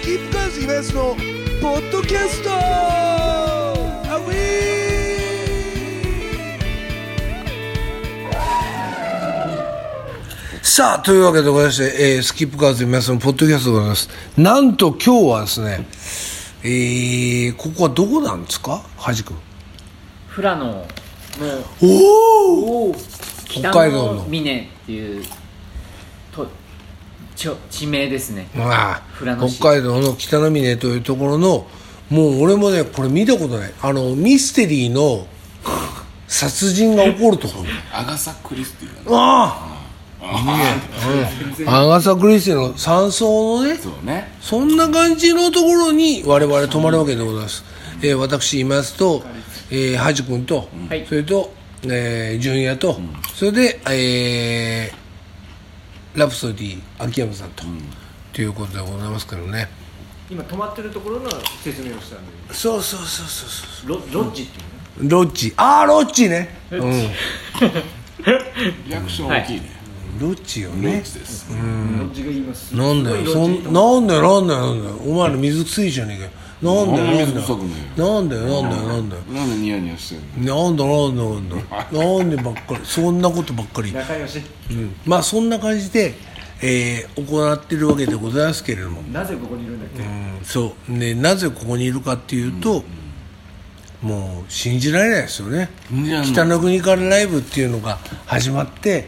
キープカーズイベントのポッドキャストアウィー。さあというわけでございまして、スキップカーズイベントのポッドキャストでございます。なんと今日はですね、ここはどこなんですか、はじくん。 富良野の北海道の峰っていう地名ですね。 北海道の北の峰というところの、もう俺もねこれ見たことない、ミステリーの殺人が起こるところアガサ・クリスティアガサ・クリスティの山荘のね、そんな感じのところに我々泊まるわけでございます。私いますと、はじくんと、それと、純也と、それで、ラプソディ秋山さんと、ということでございますけどね。 今泊まってるところの説明をしたんで。 そうロッジっていうの、ロッジ、ロッジね、 リアクション大きいね、 ロッジよね。 ロッジです、 ロッジが言います。 なんだよなんだよお前ら水臭いじゃねえかよ。なんだよなんだよなんでニヤニヤしてんの。 なんでばっかりそんなことばっかり。 仲良し、 まあそんな感じで、行っているわけでございますけれども、 なぜここにいるんだっけ。 そうね、なぜここにいるかっていうと、もう信じられないですよね。北の国からライブっていうのが始まって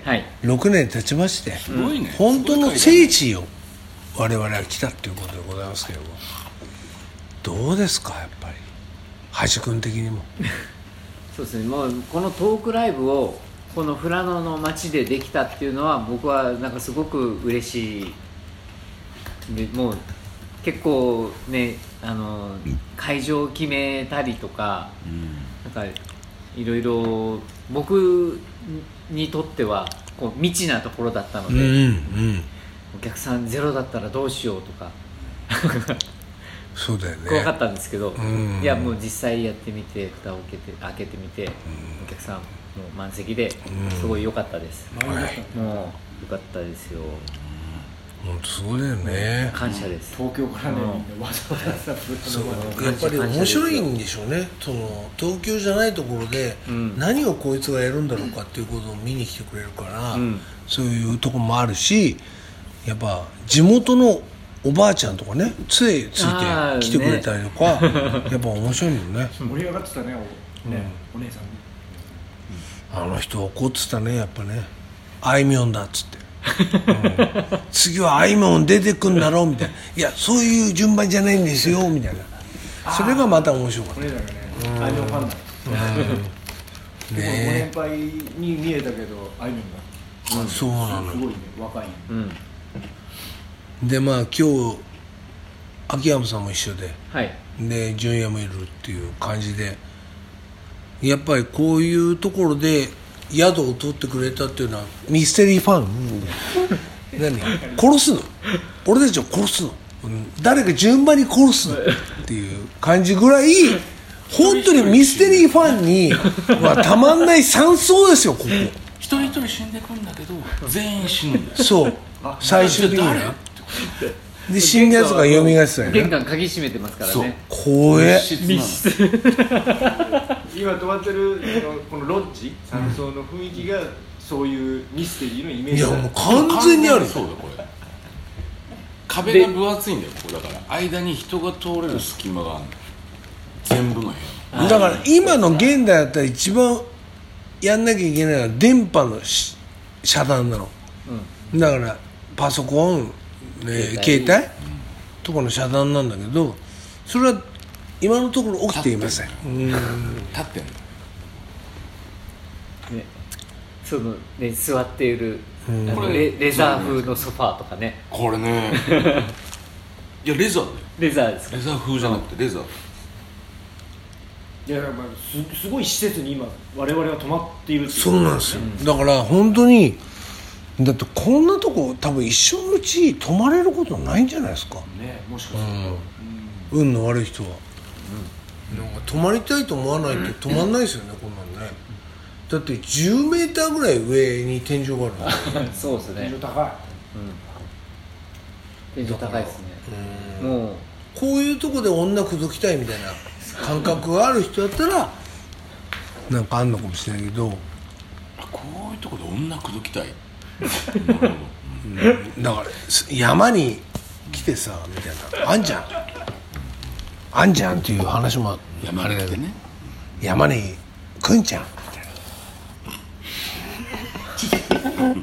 、6年経ちまして、 すごいね、 本当の聖地を我々は来たっていうことでございますけれども、どうですか、やっぱりはじくん的にも。 そうですね、もうこのトークライブをこの富良野の街でできたっていうのは、僕はなんかすごく嬉しい。でもう結構ね、会場を決めたりとか、なんかいろいろ僕にとってはこう未知なところだったので、お客さんゼロだったらどうしようとかそうだよね、 怖かったんですけど、いやもう実際やってみて、蓋を開けてみて、お客さんもう満席で、すごい良かったです。もう良かったですよ。 本当そうだよね、 感謝です。 東京からね、わざわざそうやっぱり面白いんでしょうね。その東京じゃないところで、何をこいつがやるんだろうかっていうことを見に来てくれるから、そういうところもあるし、やっぱ地元のおばあちゃんとかね、杖ついて来てくれたりとか、やっぱ面白いもんね。 盛り上がってたね、お姉さん。 あの人怒ってたね、やっぱね、あいみょんだっつって、次はあいみょん出てくんだろうみたいな、いやそういう順番じゃないんですよみたいな、それがまた面白かった。 お姉さんがね、あいみょんファンだ。ご年配に見えたけど、あいみょんがそうなの、 すごいね、若い。 でまあ今日秋山さんも一緒で、で純也もいるっていう感じで、やっぱりこういうところで宿を取ってくれたっていうのはミステリーファン何殺すの、俺たちを殺すの、誰か順番に殺すのっていう感じぐらい、本当にミステリーファンにはたまんない山荘ですよ、ここ。 一人一人死んでくんだけど全員死ぬんだよ。 そう、最終的にね。で死んだやつが蘇ってたよね。 玄関鍵閉めてますからね。 怖え。 今泊まってるこのロッジ、山荘の雰囲気がそういうミステリーのイメージ。 いやもう完全にある。 そうだ、これ壁が分厚いんだよ、ここだから間に人が通れる隙間があるの、全部の部屋。 だから今の現代だったら一番やんなきゃいけないのは電波の遮断なの、だからパソコン、携帯とかの遮断なんだけど、それは今のところ起きていません。 立ってんのそのね、座っているレザー風のソファーとかね。 これねいやレザーだよ。 レザーですか。 レザー風じゃなくてレザー。 いや、まあ、すごい施設に今我々は泊まっているっていう。 そうなんですよ、だから本当に、だってこんなとこ多分一生のうち泊まれることないんじゃないですかね、もしかしたら、 運の悪い人は、なんか泊まりたいと思わないと泊まんないですよね、こんなんね。だって10メーターぐらい上に天井があるそうですね。 天井高い、 天井高いですね。もうこういうとこで女口説きたいみたいな感覚がある人だったらなんかあんのかもしれないけど、 こういうとこで女口説きたいだから山に来てさみたいなあんじゃんっていう話もあれだよね。山に来んじゃんみたいな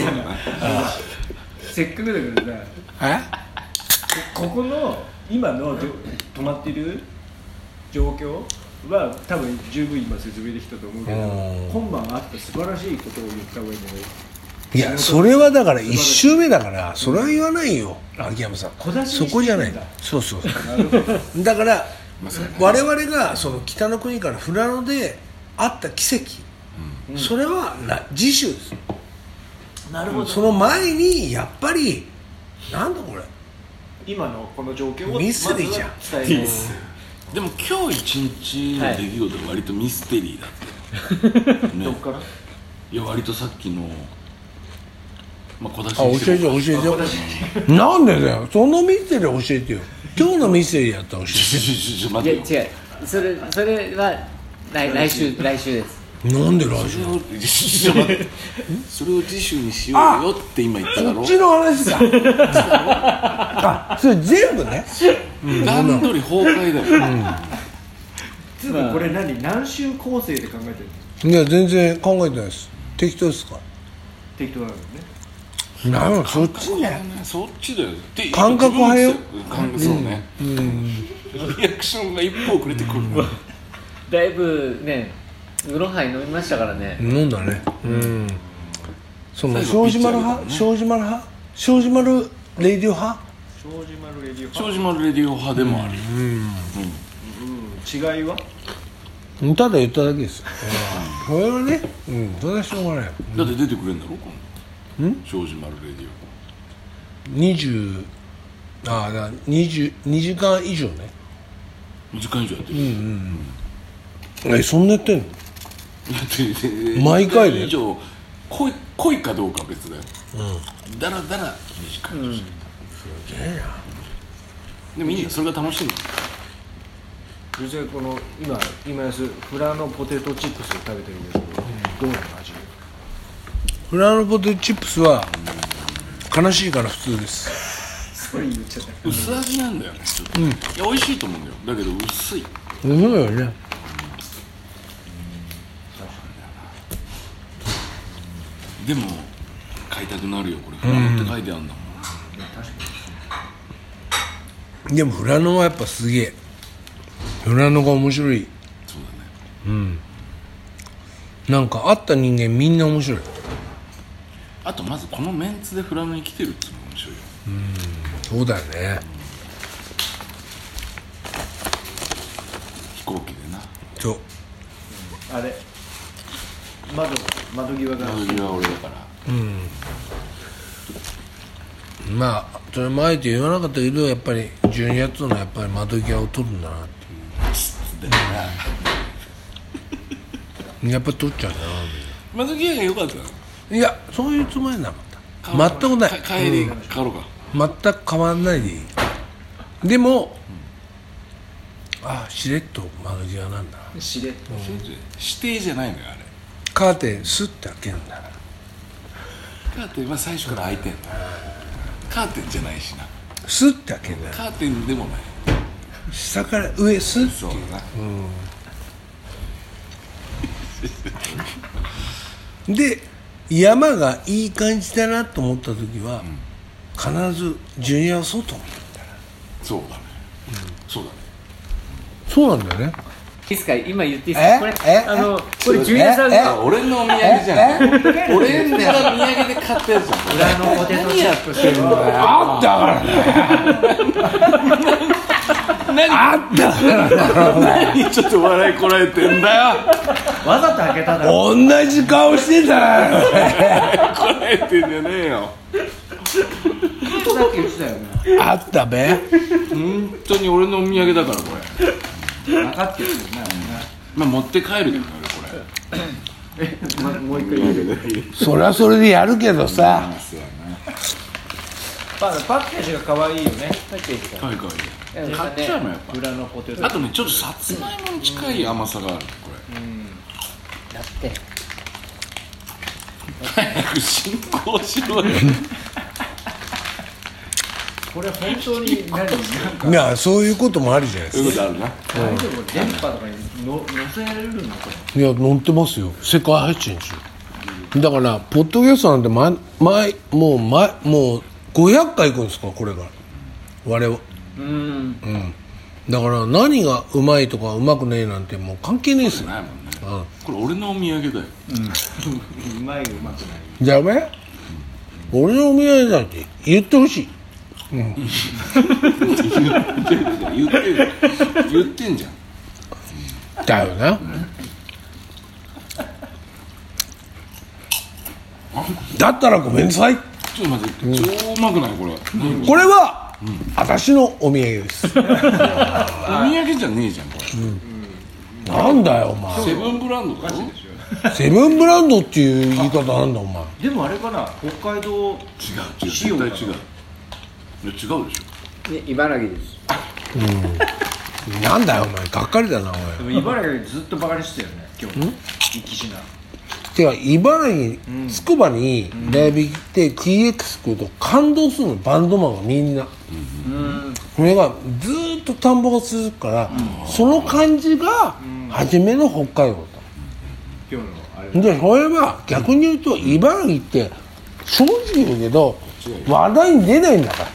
せっかくだからさここの今の止まってる状況は多分十分今説明できたと思うけど、今晩あった素晴らしいことを言った方がいいんだけど、 いやそれはだから1周目だからそれは言わないよ秋山さん。そこじゃない。そうだから我々がその北の国から富良野であった奇跡、それは次週です。 なるほど。 その前にやっぱりなんだこれ今のこの状況をミステリーじゃん。 でも今日一日の出来事が割とミステリーだった、ね、 どっから？ いや割とさっきの小出し教えてよなんでだよ。そのミステリー教えてよ。今日のミステリーやったら教えて。 いや違う、それは来週です。 なんで来週？ それを次週にしようよって今言っただろ。 そっちの話だあ、それ全部ね段取り崩壊だよ、 つうかこれ何週構成で考えてるの？いや全然考えてないです。適当ですから。 適当なのね。 なんかそっちね。 そっちだよ。 感覚派よ。 そうね、リアクションが一歩遅れてくるだいぶねウーロンハイ飲みましたからね。 飲んだね。その庄司丸派、庄司丸レディオ派、 庄司丸レディオ派でもある。 違いは？ ただ言っただけですよ。これはね、それはしょうがない。 だって出てくれんだろ今度。庄司丸レディオ。2 時間以上ね。 2時間以上やってる。 そんなやってんの？毎回で以上濃いかどうかは別だよ。だらだら2時間以上。すげえな。でもいいよ、それが楽しいんだ。 実際この今やすフラノポテトチップスを食べてるんですけど、どういう味？ フラノポテトチップスは悲しいから普通です。 それ言っちゃった。 薄味なんだよねちょっと。いや美味しいと思うんだよ。だけど薄い。 そうよね。 でも買いたくなるよこれ。フラノって書いてあるんだもん。 でもフラノはやっぱすげえ。フラノが面白い。 そうだね。 なんか会った人間みんな面白い。 あとまずこのメンツでフラノに来てるっていうのが面白いよ。 そうだよね。 飛行機でな。 そう。 あれ窓際が。 窓際は俺だから。 まあそれもあえて言わなかったけどやっぱり12月のやっぱり窓際を取るんだなっていうやっぱ取っちゃうな。 窓際が良かったの？ いやそういうつもりなかった。全くない。 帰り変わろうか。 全く変わらないでいい。でも、しれっと窓際なんだ。 しれっと。 指定じゃないのよあれ。 カーテンスッて開けるんだ。 カーテンは最初から開いてんの。カーテンじゃないしな。 スッて開けるんだ。 カーテンでもない。 下から上スッて。 そうだな。で山がいい感じだなと思った時は、必ずジュニアを外に。 そうだね。そうだね。 そうなんだよね。 いいですか、今言っていいですか。これジュニアさんが俺のお土産じゃん。俺が土産で買ったやつじゃん。 裏のポテトチップスしてるんだよ。 あったからね。あったから何ちょっと笑いこらえてんだよ。 わざと開けただろ。 同じ顔してたよ。 こらえてんじゃねえよ。 さっき言ってたよね。 あったべ。 本当に俺のお土産だからこれ。 分かってるよね。 まあ持って帰るけどねこもう一回言うけど。 そりゃそれでやるけどさ。 パッケージが可愛いよね。 パッケージがかわいい買っちゃうのやっぱ。 裏のポテト。 あとねちょっとさつまいもに近い甘さがあるこれ。 だって早く進行しろよ。 これ本当に何なんか。 いやそういうこともあるじゃないですか。 そういうことあるな。 大丈夫？電波とかに載せられるのこれ。 いや載ってますよ、世界配信中だから。ポッドキャストなんてもう500回行くんですかこれが我々。だから何がうまいとかうまくねえなんてもう関係ねえですよ。 ないもんね。これ俺のお土産だよ。 うまいうまくない。 じゃあね、俺のお土産だって言ってほしい。 言ってんじゃん。 だよな。だったらごめんなさい。 ちょっと待って、超うまくないこれ。 これは、私のお土産です。 お土産じゃねえじゃんこれ。なんだよお前。 セブンブランドだろ。 セブンブランドっていう言い方なんだお前。 でもあれかな、北海道違う絶対違う。いや違うでしょ。 茨城です。 なんだよお前、がっかりだなお前。茨城ずっとバカにしてたよね今日。生きしな。 てか茨城、つくばにライブ行って TX 来ると感動するの、バンドマンがみんな。これがずーっと田んぼが続くから、その感じが初めの北海道だ。 今日のあれでそれは逆に言うと茨城って正直言うけど話題に出ないんだから、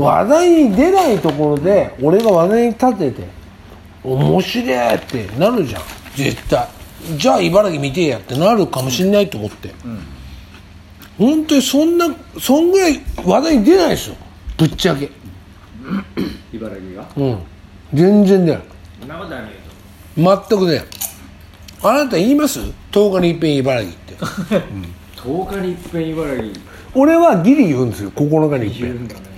話題に出ないところで俺が話題に立てて面白いってなるじゃん絶対。じゃあ茨城見てやってなるかもしれないと思って、本当にそんぐらい話題に出ないですよぶっちゃけ。 茨城が全然出ない。 そんなことはね全くね。あなた言います？ 10 日に一遍茨城って、 10日に一遍茨城。 俺はギリ言うんですよ、9日に一遍。 言うんだね。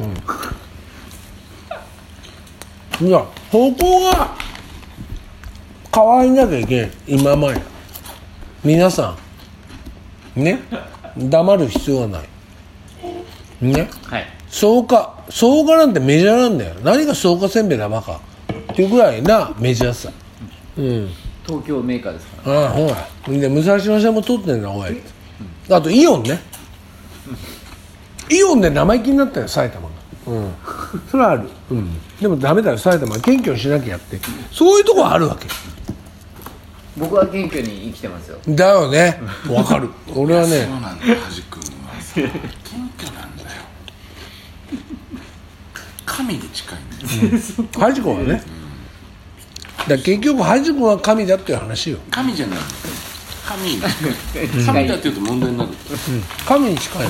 いや、ここが変わりなきゃいけない。今まで皆さんね、黙る必要はないね。 はい。 草加なんてメジャーなんだよ。何が草加せんべいだバカっていうぐらいなメジャーさ。 東京メーカーですから。 ああほらで武蔵野線も通ってんだおい。あとイオンね、イオンで生意気になったよ埼玉が。それはある。でもダメだよ埼玉は謙虚にしなきゃって、そういうとこはあるわけ。 僕は謙虚に生きてますよ。 だよね、わかる。俺はね、 そうなんだよはじくんは謙虚なんだよ。神に近いんだよ。 はじこはね、だから結局はじこは神だっていう話よ。 神じゃないんだよ。神に近い。神だって言うと問題になる。 神に近いね。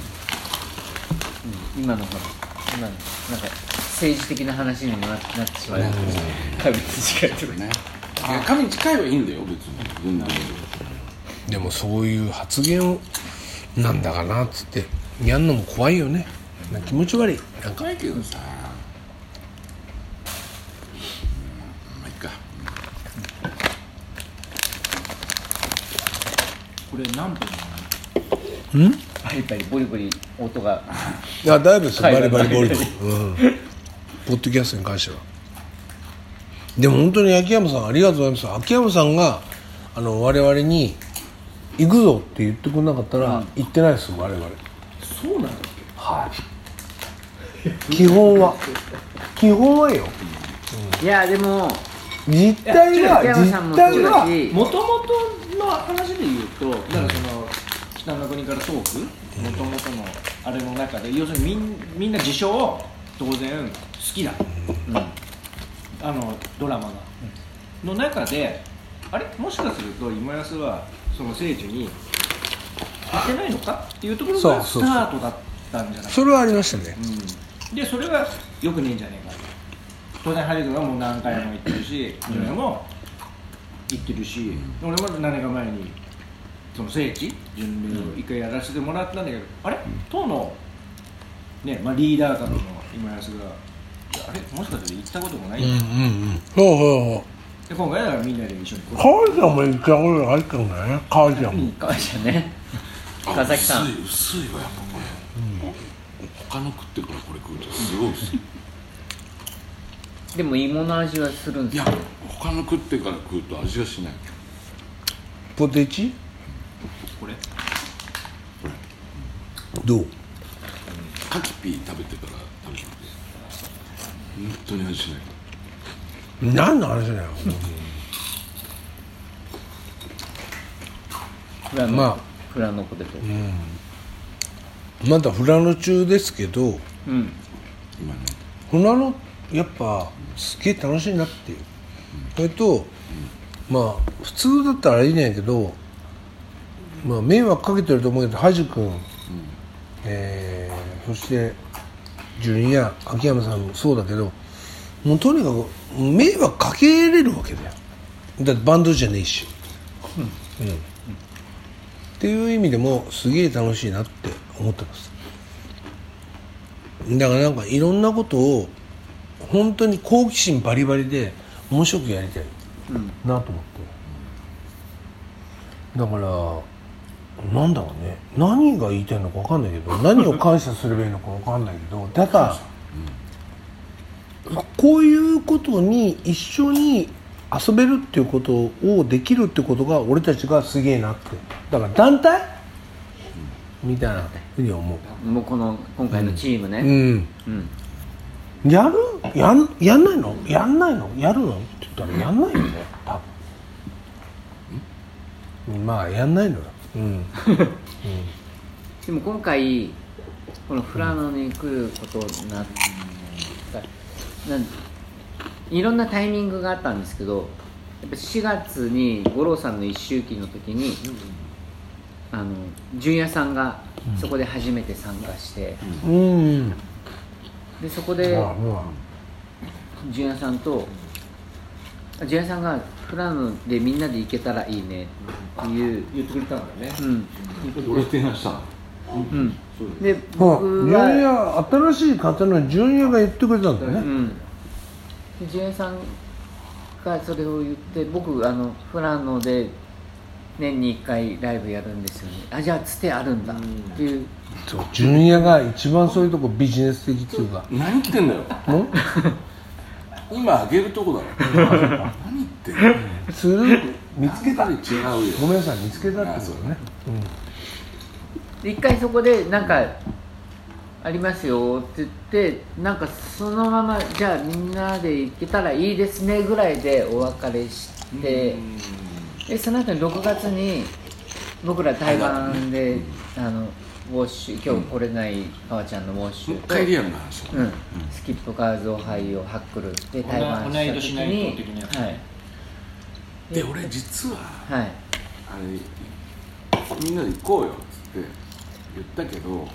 今のほらなんか政治的な話にもなってしまう。神に近いとかね。神に近いはいいんだよ別に。 でもそういう発言なんだかなっつってやんのも怖いよね。気持ち悪い。なんか怖いけどさ。まあいいか。 これ何分？ やっぱりボリボリ音が。 いやだいぶですバリバリボリボリ。ポッドキャストに関しては。でも本当に秋山さんありがとうございます。秋山さんが我々に行くぞって言ってくれなかったら行ってないですよ我々。 そうなんだっけ？ はい。基本はよ。 いやでも実態はもともとの話で言うと、だからその北の国からトークもともとのあれの中で要するにみんな自称当然好きだ。ドラマがの中であれもしかすると今安はその聖地に行ってないのかっていうところがスタートだったんじゃないか。 それはありましたね。 でそれがよくねえんじゃねえか。当然ハリー君はもう何回も行ってるし、ジュニアも行ってるし、俺も何年か前にその聖地巡礼を一回やらせてもらったんだけど、あれ当のね、リーダー格の今安があれもしかして行ったこともないんだよ。で今回はみんなで一緒に。 川ちゃんも行ったことがあるからね。川ちゃんも。 川ちゃんね。川崎さん。 薄いわやっぱこれ。 他の食ってからこれ食うとすごい薄いでも芋の味はするんですか？ いや他の食ってから食うと味がしない。 ポテチこれどう？ カキピー食べてから食べて本当に味しない。 何の話だよフラノポテト、 まだフラノ中ですけど、 今ねフラノやっぱすげえ楽しいなっていう、それとまあ普通だったらいいんやけど、まあ迷惑かけてると思うけどハジ君、そしてジュニア秋山さんもそうだけど、もうとにかく迷惑かけれるわけだよ。だってバンドじゃねえし、っていう意味でもすげえ楽しいなって思ってます。だからなんかいろんなことを本当に好奇心バリバリで面白くやりたいなと思って、だからなんだろうね、何が言いたいのか分かんないけど何を感謝すればいいのか分かんないけど、ただこういうことに一緒に遊べるっていうことをできるってことが俺たちがすげえなって、だから団体みたいなふうに思う。 もう今回のチームね、 やんないのやるのって言ったらやんないよね多分。まあやんないのよ、 でも今回この富良野に来ることになったいろんなタイミングがあったんですけど、やっぱ4月に五郎さんの一周忌の時に純也さんがそこで初めて参加して、でそこで純也さんが富良野でみんなで行けたらいいねっていう言ってくれたんだね。 俺提案したの。 で僕は新しい方の純也が言ってくれたんだよね。 純也さんがそれを言って、僕富良野で年に1回ライブやるんですよね。じゃあつてあるんだっていう。 そう純也が一番そういうとこビジネス的っていうか。 何言ってんだよ今あげるとこだろ何言ってんの見つけた。 違うよ、 ごめんなさい、見つけたってことね。 一回そこでなんかありますよって言って、なんかそのままじゃあみんなで行けたらいいですねぐらいでお別れして、でその後に6月に僕ら台湾でウォッシュ、今日来れない川ちゃんのウォッシュと帰りやるの話、 スキップカーズオハイオハックルで台湾した時に、 で俺実は、 はい、 みんなで行こうよっつって言ったけど、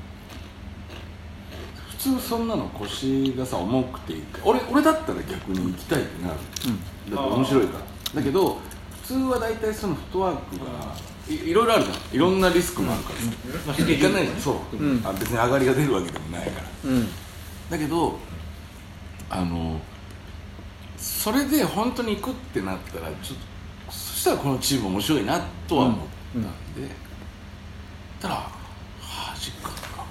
普通そんなの腰がさ重くていいか、俺だったら逆に行きたいってなる、だって面白いから。だけど普通は大体そのフットワークがいろいろあるじゃん、いろんなリスクもあるからさ、行かないじゃん。そう、別に上がりが出るわけでもないから、だけどそれで本当に行くってなったらちょっとそしたらこのチーム面白いなとは思ったんで、たらジッか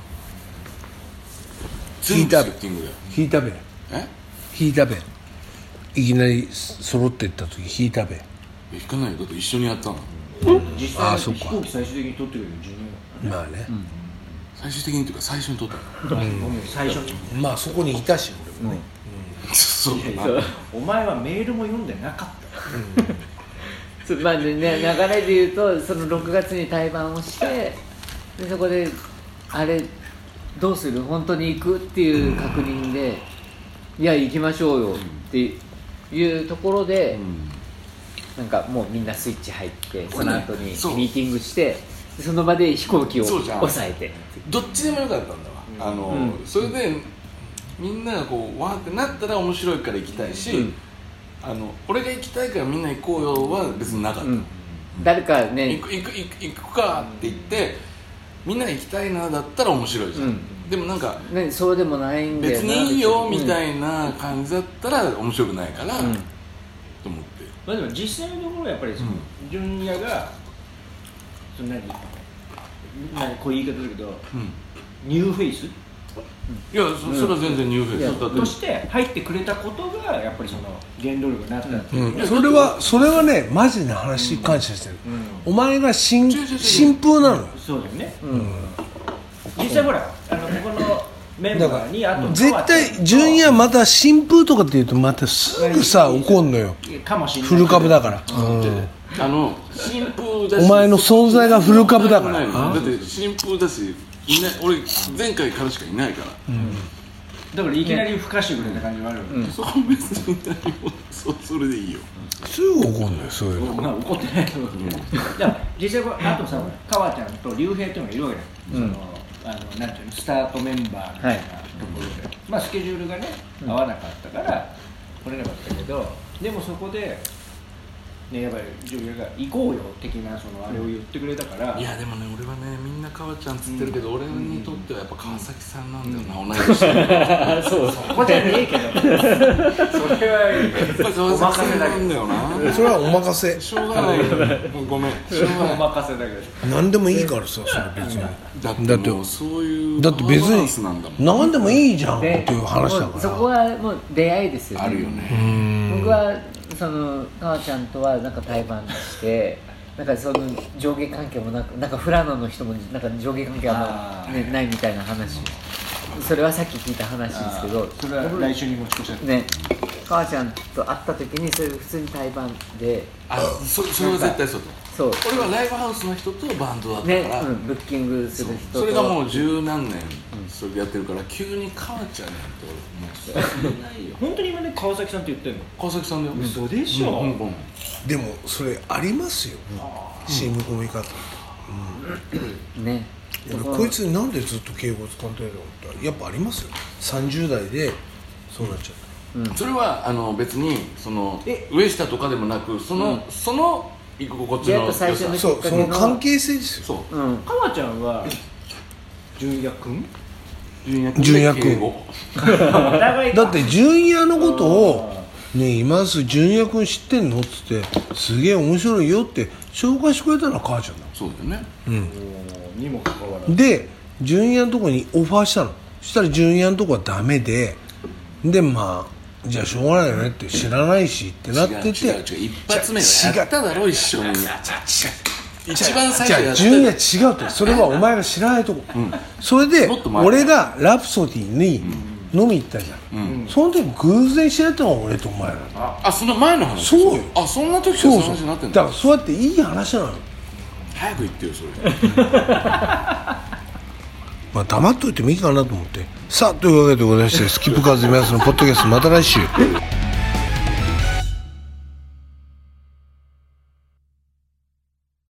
引いたべ引いたべいきなり揃っていった時引いたべ引かないよ、だって一緒にやったの。 実際飛行機最終的に取ってくれる順番まあね、 最終的にというか最初に取ったの、 最初にまあそこにいたし俺もね、 そうだな。 お前はメールも読んでなかったまあね、流れで言うとその6月に対バンをして、でそこであれどうする本当に行くっていう確認で、いや行きましょうよっていうところで、なんかもうみんなスイッチ入って、その後にミーティングして、その場で飛行機を抑えて、 どっちでもよかったんだわ。それでみんながこうわーってなったら面白いから行きたいし、俺が行きたいからみんな行こうよは別になかった、 誰かね行くかって言ってみんなが行きたいなだったら面白いじゃん、でもなんかそうでもないんだよな、 別にいいよみたいな感じだったら面白くないから、と思って。 まあでも実際のところやっぱりその純也がそんなにこういう言い方だけど、ニューフェイスいや、それは全然ニューフェイスとして入ってくれたことがやっぱりその原動力になったっていう、 それはねマジな話に感謝してる、お前が新風なの。 そうだよね、実際ほらここのメンバーにあと絶対純也また新風とかっていうとまたすぐさ怒んのよ、古株だから、 新風だしお前の存在が古株だから。 だって新風だし俺前回からしかいないから、 だからいきなり吹かしてくれた感じがあるよね。 そう別にそれでいいよ。 すぐ怒んのよそういうの。 怒ってないけど、実際あとさ川ちゃんと竜兵っていうのがいるわけだよ、なんていうのスタートメンバーみたいなところで、まあスケジュールがね合わなかったから来れなかったけど、でもそこでね、やっぱりジュリアが行こうよ的なそのあれを言ってくれたから、 いやでもね俺はねみんな川ちゃんつってるけど、俺にとってはやっぱ川崎さんなんだよな、同い年そうそこじゃねえけどそれはやっぱ川崎さんなんだよな。 それはお任せ、 しょうがないごめんしょうがない、 お任せだけど何でもいいからさ、それ別にだってもうそういうだって別に何でもいいじゃんっていう話だから、 そこはもう出会いですよね。 あるよね。 僕はその川ちゃんとはなんか対バンして、なんかその上下関係もなんか富良野の人もなんか上下関係はもう、ないみたいな話、それはさっき聞いた話ですけど、 それは来週に持ち越しゃね、川ちゃんと会った時にそれ普通に対バンで、 それは絶対そうだ。 そう俺はライブハウスの人とバンドだったから、 ね、ブッキングする人とそれがもう十何年それでやってるから、急に川ちゃんなんて俺もうそれないよ。 本当に今ね川崎さんって言ってんの？ 川崎さんだよ。 嘘でしょ、 でもそれありますよ、チーム込み方、 ね。 俺こいつになんでずっと敬語使ってるのってやっぱありますよ。30代でそうなっちゃった、 それは別にその上下とかでもなく、その居心地の最初のそう、その関係性ですよ。 そう、 川ちゃんは純也くん純也くんだって純也のことをね、今す純也くん知ってんのっつってすげえ面白いよって紹介してくれたのは母ちゃんだ。 そうだよね。 にもかかわらずで純也のとこにオファーしたの。そしたら純也のとこはダメで、まあじゃあしょうがないよねって知らないしってなってて、 違う一発目はやっただろ一緒に。一番最初やった純也違うって、それはお前が知らないとこ、それで俺がラプソディに飲み行ったじゃん、その時偶然知られたのが俺とお前ら。 その前の話。 そうよ。 そんな時からその話になってんだ。 だからそうやっていい話なのよ。 早く言ってよそれ。 まあ黙っといてもいいかなと思って。さあというわけでございまして、スキップカーズ皆さんのポッドキャストまた来週。